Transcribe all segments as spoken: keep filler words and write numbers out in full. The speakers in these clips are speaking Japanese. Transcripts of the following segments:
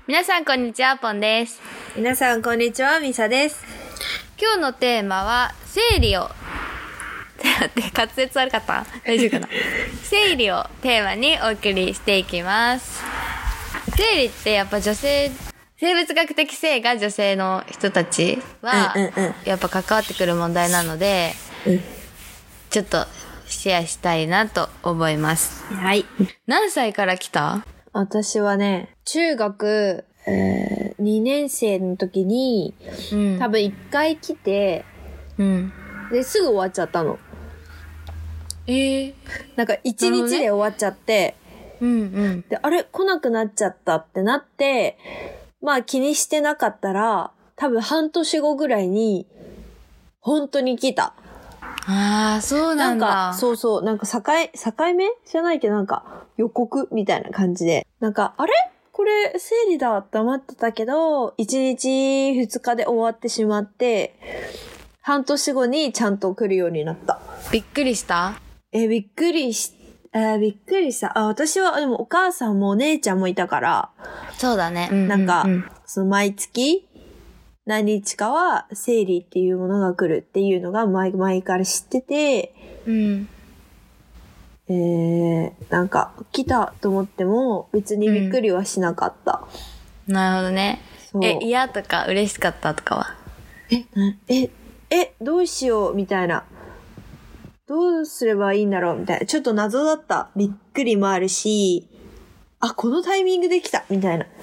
皆さんこんにちは、ポンです。 皆さんこんにちは、ミサです。 今日のテーマは生理を待って滑舌悪かった大丈夫かな生理をテーマにお送りしていきます。生理ってやっぱ女性、生物学的性が女性の人たちはやっぱ関わってくる問題なので、うんうん、ちょっとシェアしたいなと思います。 はい。 何歳から来た？ 私はね、中学、えー、にねん生の時に、うん、多分いっかい来て、うん、ですぐ終わっちゃったの。 えー、 なんかいちにちで終わっちゃって、うんうん、で、あれ来なくなっちゃったってなって、まあ気にしてなかったら、多分半年後ぐらいに、本当に来た。 ああ、そうなんだ。 なんか、そうそう、なんか境、境目じゃないけどなんか予告みたいな感じで。なんか、あれこれ生理だって思ってたけど、いちにちふつかで終わってしまって、半年後にちゃんと来るようになった。 びっくりした？ え、びっくりし、えー、びっくりした。あ、私は、でもお母さんもお姉ちゃんもいたから、 そうだね。 なんか、 うんうんうん、 その毎月、何日かは生理っていうものが来るっていうのが前々から知ってて、うん、えー、なんか来たと思っても別にびっくりはしなかった。 うん、なるほどね。え、嫌とか嬉しかったとかは？ え、え、え、どうしようみたいな。どうすればいいんだろうみたいな。ちょっと謎だった。びっくりもあるし、あ、このタイミングで来たみたいな。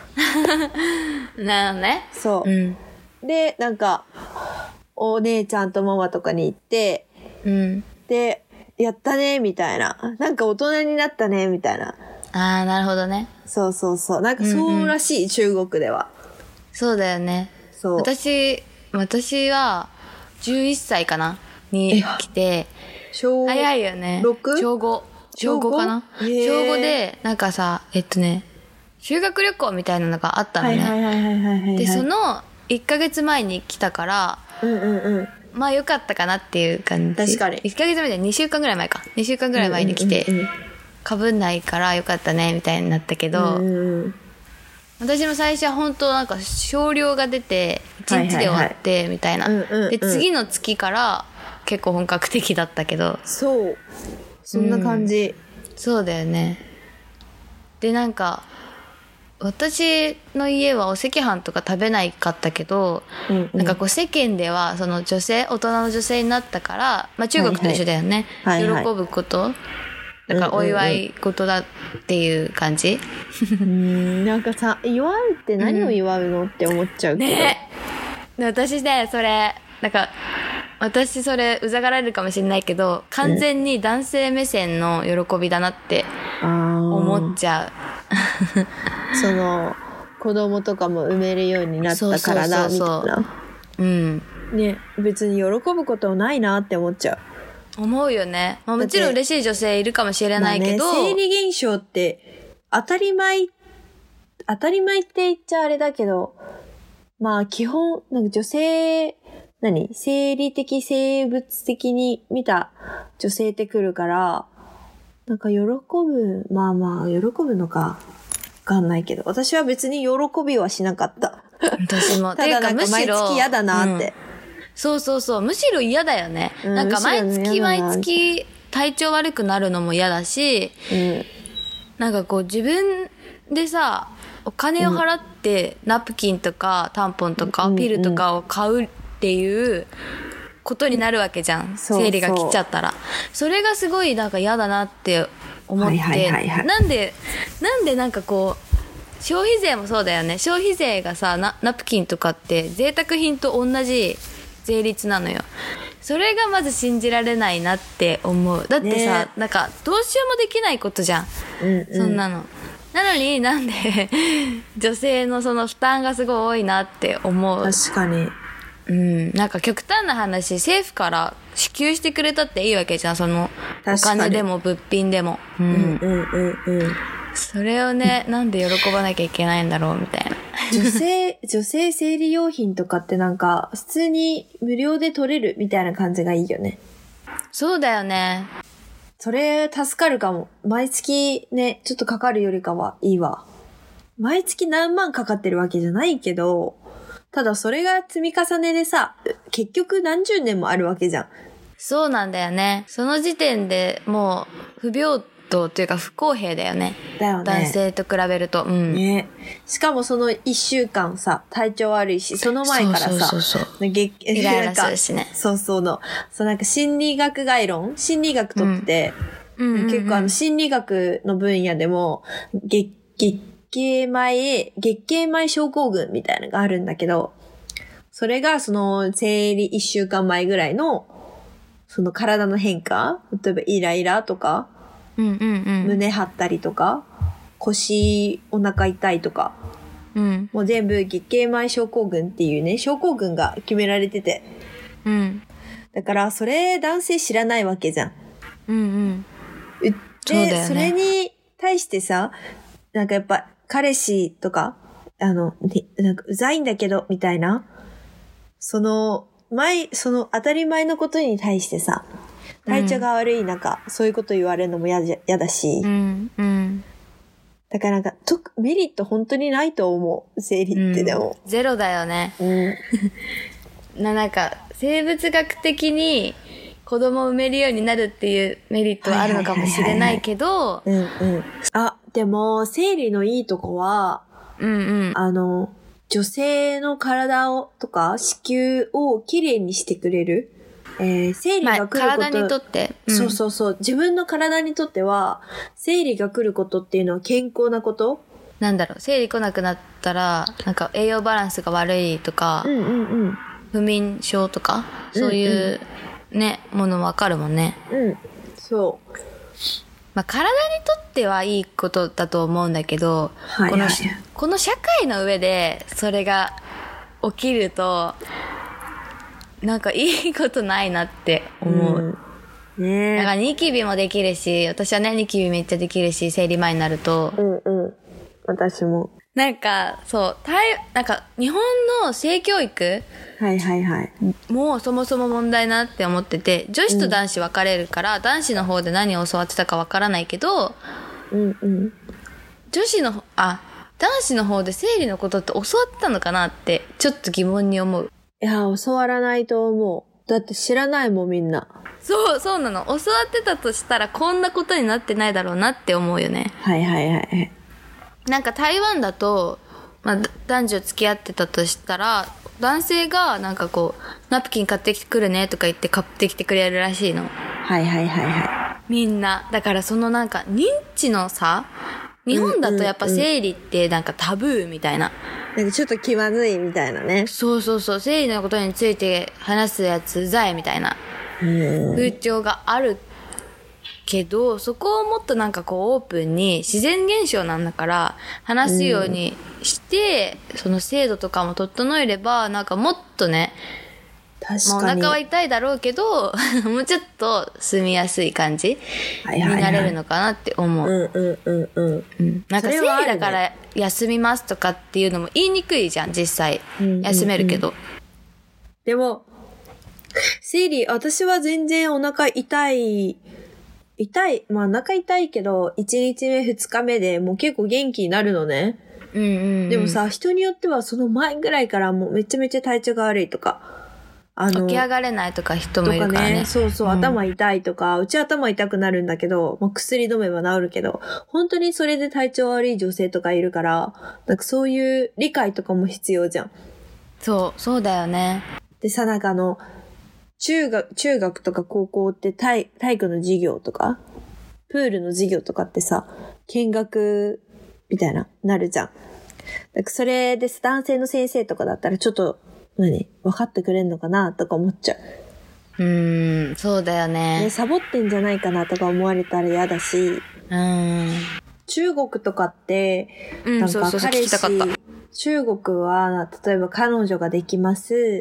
なるほどね。 そう、うん。で、なんか、お姉ちゃんとママとかに行って、うん、で、やったね、みたいな。なんか大人になったね、みたいな。 あー、なるほどね。 そうそうそう。なんかそうらしい、うんうん、中国では。 そうだよね。そう。私、私は、じゅういっさいかなに来て、小早いよね。 ろく? 小ご。小ごかな小ごで、なんかさ、えっとね、修学旅行みたいなのがあったのね。 はいはいはいはいはい。 で、そのいっかげつまえに来たから、うんうんうん。まあ良かったかなっていう感じ。 確かに。 いっかげつまえでにしゅうかんぐらい前か。にしゅうかんぐらい前に来て、うんうんうん、かぶんないから良かったねみたいになったけど、うんうん、私も最初は本当なんか少量が出ていちにちで終わってみたいな。で、次の月から結構本格的だったけど。 そう。そんな感じ。 うん、そうだよね。で、なんか、私の家はお赤飯とか食べないかったけど、うんうん、なんかこう世間ではその女性、大人の女性になったから、まあ中国と一緒だよね。はいはい、喜ぶこと。だからお祝い事だっていう感じ、 うんうんうん、なんかさ、祝うって何を祝うの、うん、って思っちゃうけど。 ね、私ね、それ、なんか、私それうざがられるかもしれないけど、完全に男性目線の喜びだなって思っちゃう。 その子供とかも産めるようになったからだみたいな。うん。ね、別に喜ぶことないなって思っちゃう。思うよね。まあ、もちろん嬉しい女性いるかもしれないけど、 まあね、生理現象って当たり前当たり前って言っちゃあれだけど、まあ基本なんか女性何生理的生物的に見た女性ってくるから、なんか喜ぶまあまあ喜ぶのか。わかんないけど、私は別に喜びはしなかった。 私も。 ただなんか毎月嫌だなって、うん。 そうそうそう。むしろ嫌だよね。うん、なんか毎月毎月体調悪くなるのも嫌だし、うん、なんかこう自分でさ、お金を払ってナプキンとかタンポンとかピルとかを買うっていうことになるわけじゃん。うん、生理が来ちゃったら。それがすごいなんか嫌だなって思って、はいはいはいはい、なんでなんでなんかこう消費税もそうだよね。消費税がさ ナ, ナプキンとかって贅沢品と同じ税率なのよ。それがまず信じられないなって思う。だってさ、ね、なんかどうしようもできないことじゃん、うんうん、そんなの。なのになんで女性のその負担がすごい多いなって思う。 確かに。 うん、なんか極端な話、政府から支給してくれたっていいわけじゃん。そのお金でも物品でも、うん、うんうんうんうん。それをね、なんで喜ばなきゃいけないんだろうみたいな。 女性女性生理用品とかってなんか普通に無料で取れるみたいな感じがいいよね。 そうだよね。 それ助かるかも。毎月ねちょっとかかるよりかはいいわ。 毎月何万かかってるわけじゃないけど、ただそれが積み重ねでさ、結局何十年もあるわけじゃん。 そうなんだよね。その時点でもう不平等っていうか不公平だよね。 だよね。 男性と比べると。うん。 ね。しかもその一週間さ、体調悪いし、その前からさ、 そうそうそうそうげイライラするしね。 そうそうの。そうなんか心理学概論心理学とって、 うんうんうんうん、 結構あの心理学の分野でも、月、月経前、月経前症候群みたいなのがあるんだけど、それがその生理一週間前ぐらいの、その体の変化、例えばイライラとか、 うんうんうん、 胸張ったりとか、腰、お腹痛いとか、 うん、 もう全部月経前症候群っていうね、症候群が決められてて。 うん。 だからそれ男性知らないわけじゃん。 うんうん。 で、 そうだよね、 それに対してさ、なんかやっぱ彼氏とか、あの、ね、なんかうざいんだけど、みたいな。その、前、その当たり前のことに対してさ、体調が悪い中、うん、そういうこと言われるのも嫌だし、 うんうん、 だからなんかとメリット本当にないと思う、生理ってでも、 うん、ゼロだよね、うん、ななんか生物学的に子供を産めるようになるっていうメリットはあるのかもしれないけど、 うんうん、あ、でも生理のいいとこは、 うんうん、 あの女性の体をとか子宮をきれいにしてくれる。えー、生理が来ること、まあ、 体にとって、 うん、そうそうそう、自分の体にとっては生理が来ることっていうのは健康なこと。 なんだろう、生理来なくなったらなんか栄養バランスが悪いとか、 うんうんうん、 不眠症とかそういう、うんうん、ねものわかるもんね。 うん、そう。 まあ、体にとってはいいことだと思うんだけど、 はいはい、 このこの社会の上でそれが起きるとなんかいいことないなって思う、 うん、ねえ。 だからニキビもできるし、私はねニキビめっちゃできるし、生理前になると、 うんうん、私もなんかそうなんか日本の性教育、 はいはいはい、 もうそもそも問題なって思ってて、女子と男子分かれるから、うん、男子の方で何を教わってたか分からないけど、 うんうん、 女子のあ男子の方で生理のことって教わってたのかなってちょっと疑問に思う。 いや教わらないと思う。だって知らないもんみんな。 そうそうなの。教わってたとしたらこんなことになってないだろうなって思うよね。 はいはいはい。 なんか台湾だと、まあ、男女付き合ってたとしたら男性がなんかこうナプキン買ってきてくるねとか言って買ってきてくれるらしいの。 はいはいはいはい。 みんなだからそのなんか認知の差、日本だとやっぱ生理ってなんかタブーみたいな、 なんかちょっと気まずいみたいなね。 そうそうそう、生理のことについて話すやつうざいみたいな風潮があるけど、そこをもっとなんかこうオープンに自然現象なんだから話すようにして、その制度とかも整えればなんかもっとね、 確かに、 まあ、お腹は痛いだろうけどもうちょっと住みやすい感じになれるのかなって思う。 うんうんうんうん、うん、 なんか生理だから休みますとかっていうのも言いにくいじゃん実際、うんうんうん、休めるけど。 でも生理、私は全然お腹痛い痛いまあお腹痛いけどいちにちめふつかめでもう結構元気になるのね。 うんうんうん、 でもさ、人によってはその前ぐらいからもうめちゃめちゃ体調が悪いとか、 あの起き上がれないとか人もいるからね。 ね、そうそう、うん、頭痛いとか、うち頭痛くなるんだけど、まあ、薬飲めば治るけど、本当にそれで体調悪い女性とかいるから、なんかそういう理解とかも必要じゃん。 そう、そうだよね。 でさ、なんかあの、中学、中学とか高校って体、体育の授業とか、プールの授業とかってさ、見学みたいな、なるじゃん。だからそれで男性の先生とかだったらちょっと、何分かってくれんのかなとか思っちゃう。うーん、そうだよね。 ね、サボってんじゃないかなとか思われたら嫌だし。 うーん。 中国とかって、 うん、 なんか彼氏、 そうそう聞きたかった。 中国は、例えば彼女ができます。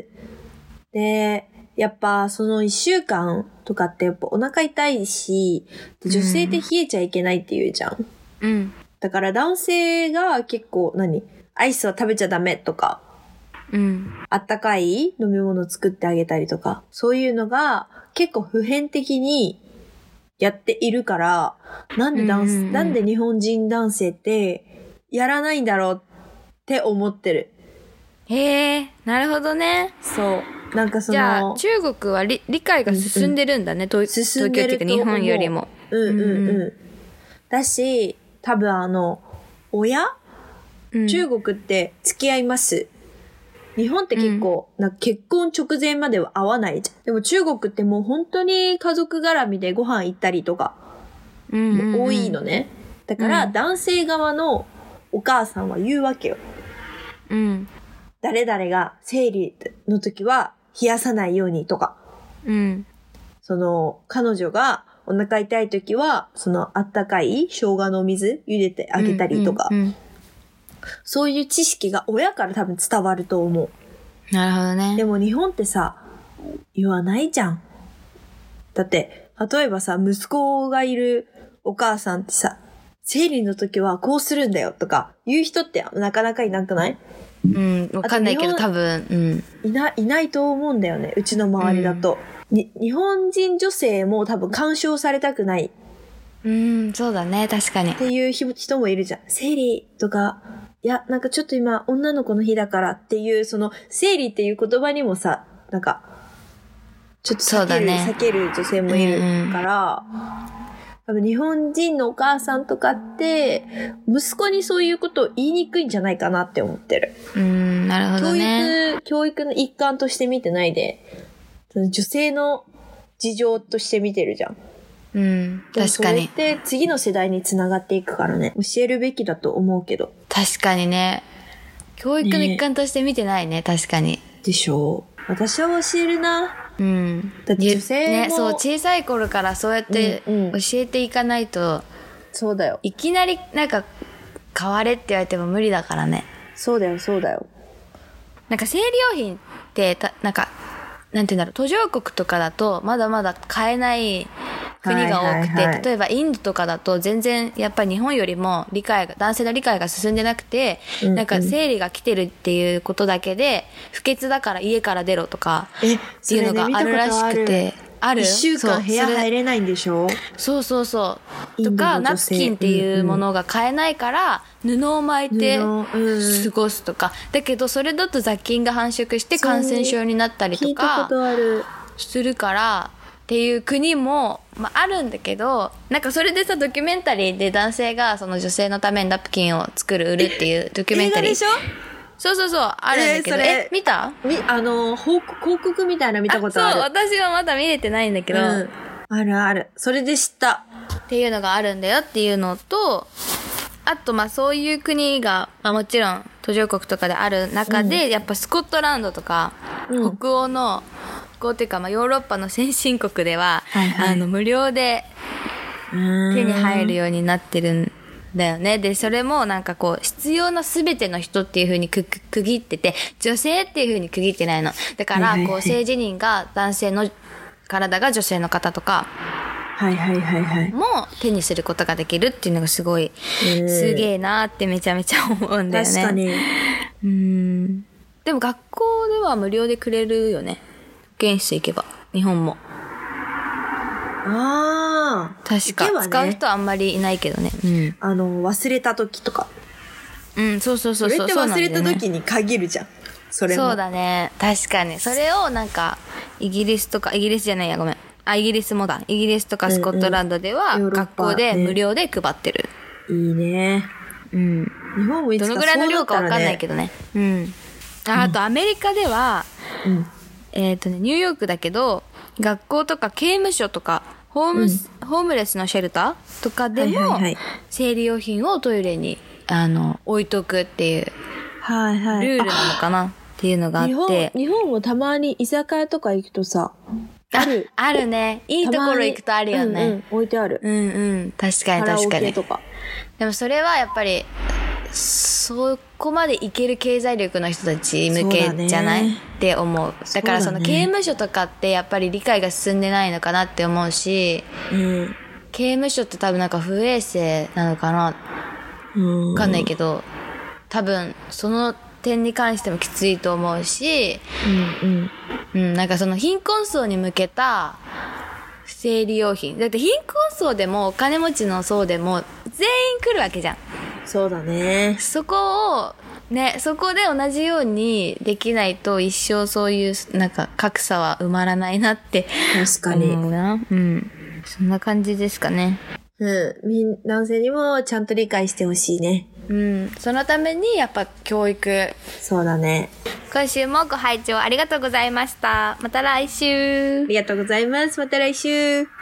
で、やっぱその一週間とかってやっぱお腹痛いし、女性って冷えちゃいけないって言うじゃん。 うん。 だから男性が結構何アイスは食べちゃダメとか、 うん、 あったかい飲み物作ってあげたりとか、そういうのが結構普遍的にやっているから、なんで男、うんうんうん、なんで日本人男性ってやらないんだろうって思ってる。 へえ、なるほどね。 そう。なんかその。 じゃあ、中国は理理解が進んでるんだね。うんうん、 進んでると思う。 東京っていうか日本よりも。 うんうんうん。だし、多分あの、親、うん、中国って付き合います。日本って結構、うん、なんか結婚直前までは会わないじゃん。でも中国ってもう本当に家族絡みでご飯行ったりとか、うんうんうん、多いのね。だから男性側のお母さんは言うわけよ。うん。誰々が生理の時は冷やさないようにとか。うん。その、彼女がお腹痛い時は、そのあったかい生姜の水茹でてあげたりとか、うんうんうん、そういう知識が親から多分伝わると思う。 なるほどね。 でも日本ってさ、言わないじゃん。だって、例えばさ、息子がいるお母さんってさ、生理の時はこうするんだよとか言う人ってなかなかいなくない？ うん、わかんないけど多分、うん。 いな、いないと思うんだよね。うちの周りだと。うん、に日本人女性も多分干渉されたくない。 うん、そうだね、確かに。 っていう人もいるじゃん。生理とか、いや、なんかちょっと今女の子の日だからっていう、その生理っていう言葉にもさ、なんか、ちょっと避ける、ね、避ける女性もいるから、うんうん、多分日本人のお母さんとかって、息子にそういうことを言いにくいんじゃないかなって思ってる。 うーん、なるほどね。 教育、教育の一環として見てないで、女性の事情として見てるじゃん。 うん、確かに。それって次の世代につながっていくからね、教えるべきだと思うけど。 確かにね。教育の一環として見てないね、ね、確かに。 でしょう。私は教えるな。 うん。 だって女性も、 ね、そう、小さい頃からそうやって教えていかないと、うんうん、 そうだよ。 いきなりなんか変われって言われても無理だからね。 そうだよ、そうだよ。 なんか生理用品ってたなんかなんていうんだろう、途上国とかだとまだまだ買えない国が多くて、はいはいはい、例えばインドとかだと全然やっぱり日本よりも理解が男性の理解が進んでなくて、うんうん、なんか生理が来てるっていうことだけで不潔だから家から出ろとかっていうのがあるらしくて、ある？ 一週間部屋入れないんでしょ？ そうそうそうとか、ナプキンっていうものが買えないから、うんうん、布を巻いて過ごすとか、うん、だけどそれだと雑菌が繁殖して感染症になったりとかするからっていう国も、まあ、あるんだけど、なんかそれでさ、ドキュメンタリーで男性がその女性のためにナプキンを作る売るっていうドキュメンタリー。 映画でしょ？ そうそうそう、あるんだけど、えー、え見た？ みあの広告みたいな見たことある。 そう、私はまだ見れてないんだけど、うん、 あるある、それで知ったっていうのがあるんだよっていうのと、あとまあそういう国が、まあ、もちろん途上国とかである中で、うん、やっぱスコットランドとか、うん、北欧の北欧っていうか、まあ、ヨーロッパの先進国では、はいはい、あの無料で手に入るようになってるんだよね。でそれもなんかこう必要なすべての人っていう風にく区切ってて、女性っていう風に区切ってないのだから、はいはいはい、こう性自認が男性の体が女性の方とかはいはいはいはい。 も手にすることができるっていうのがすごい、すげえなーってめちゃめちゃ思うんだよね。 確かに。 うん。でも学校では無料でくれるよね。保健室行けば。日本も。 ああ。 確か、ね、使う人はあんまりいないけどね。うん。 あの、忘れた時とか。 うん、そうそうそうそう。 それって忘れた時に限るじゃん。それも。 そうだね。確かに。それをなんか、イギリスとか、イギリスじゃないや、ごめん。あ、イギリスもだ。イギリスとかスコットランドでは、学校で無料で配ってる。 うんうん、いいね。 うん。 日本もいつかどのぐらいの量かわかんないけどね。うん。あ、あとアメリカでは、うん、えっとね、ニューヨークだけど、学校とか刑務所とか、ホーム、うん、ホームレスのシェルターとかでも、はいはいはい、生理用品をトイレに、あの、置いとくっていう、 はいはい、 ルールなのかなっていうのがあって。日本、 日本もたまに居酒屋とか行くとさ、 ある。あるね。いいところ行くとあるよね。 うんうん、置いてある。 うんうん。確かに確かに。カラオケとか。でもそれはやっぱり、そこまでいける経済力の人たち向けじゃない、ね、って思う。だからその刑務所とかってやっぱり理解が進んでないのかなって思うし、うん、刑務所って多分なんか不衛生なのかな、わかんないけど、多分その点に関してもきついと思うし、うんうんうん、なんかその貧困層に向けた生理用品だって、貧困層でもお金持ちの層でも全員来るわけじゃん。 そうだね。 そこを、ね、そこで同じようにできないと一生そういうなんか格差は埋まらないなって確かに。 思うな。うん。そんな感じですかね。 うん。みん、男性にもちゃんと理解してほしいね。 うん。そのためにやっぱ教育。 そうだね。 今週もご拝聴ありがとうございました。また来週。 ありがとうございます。また来週。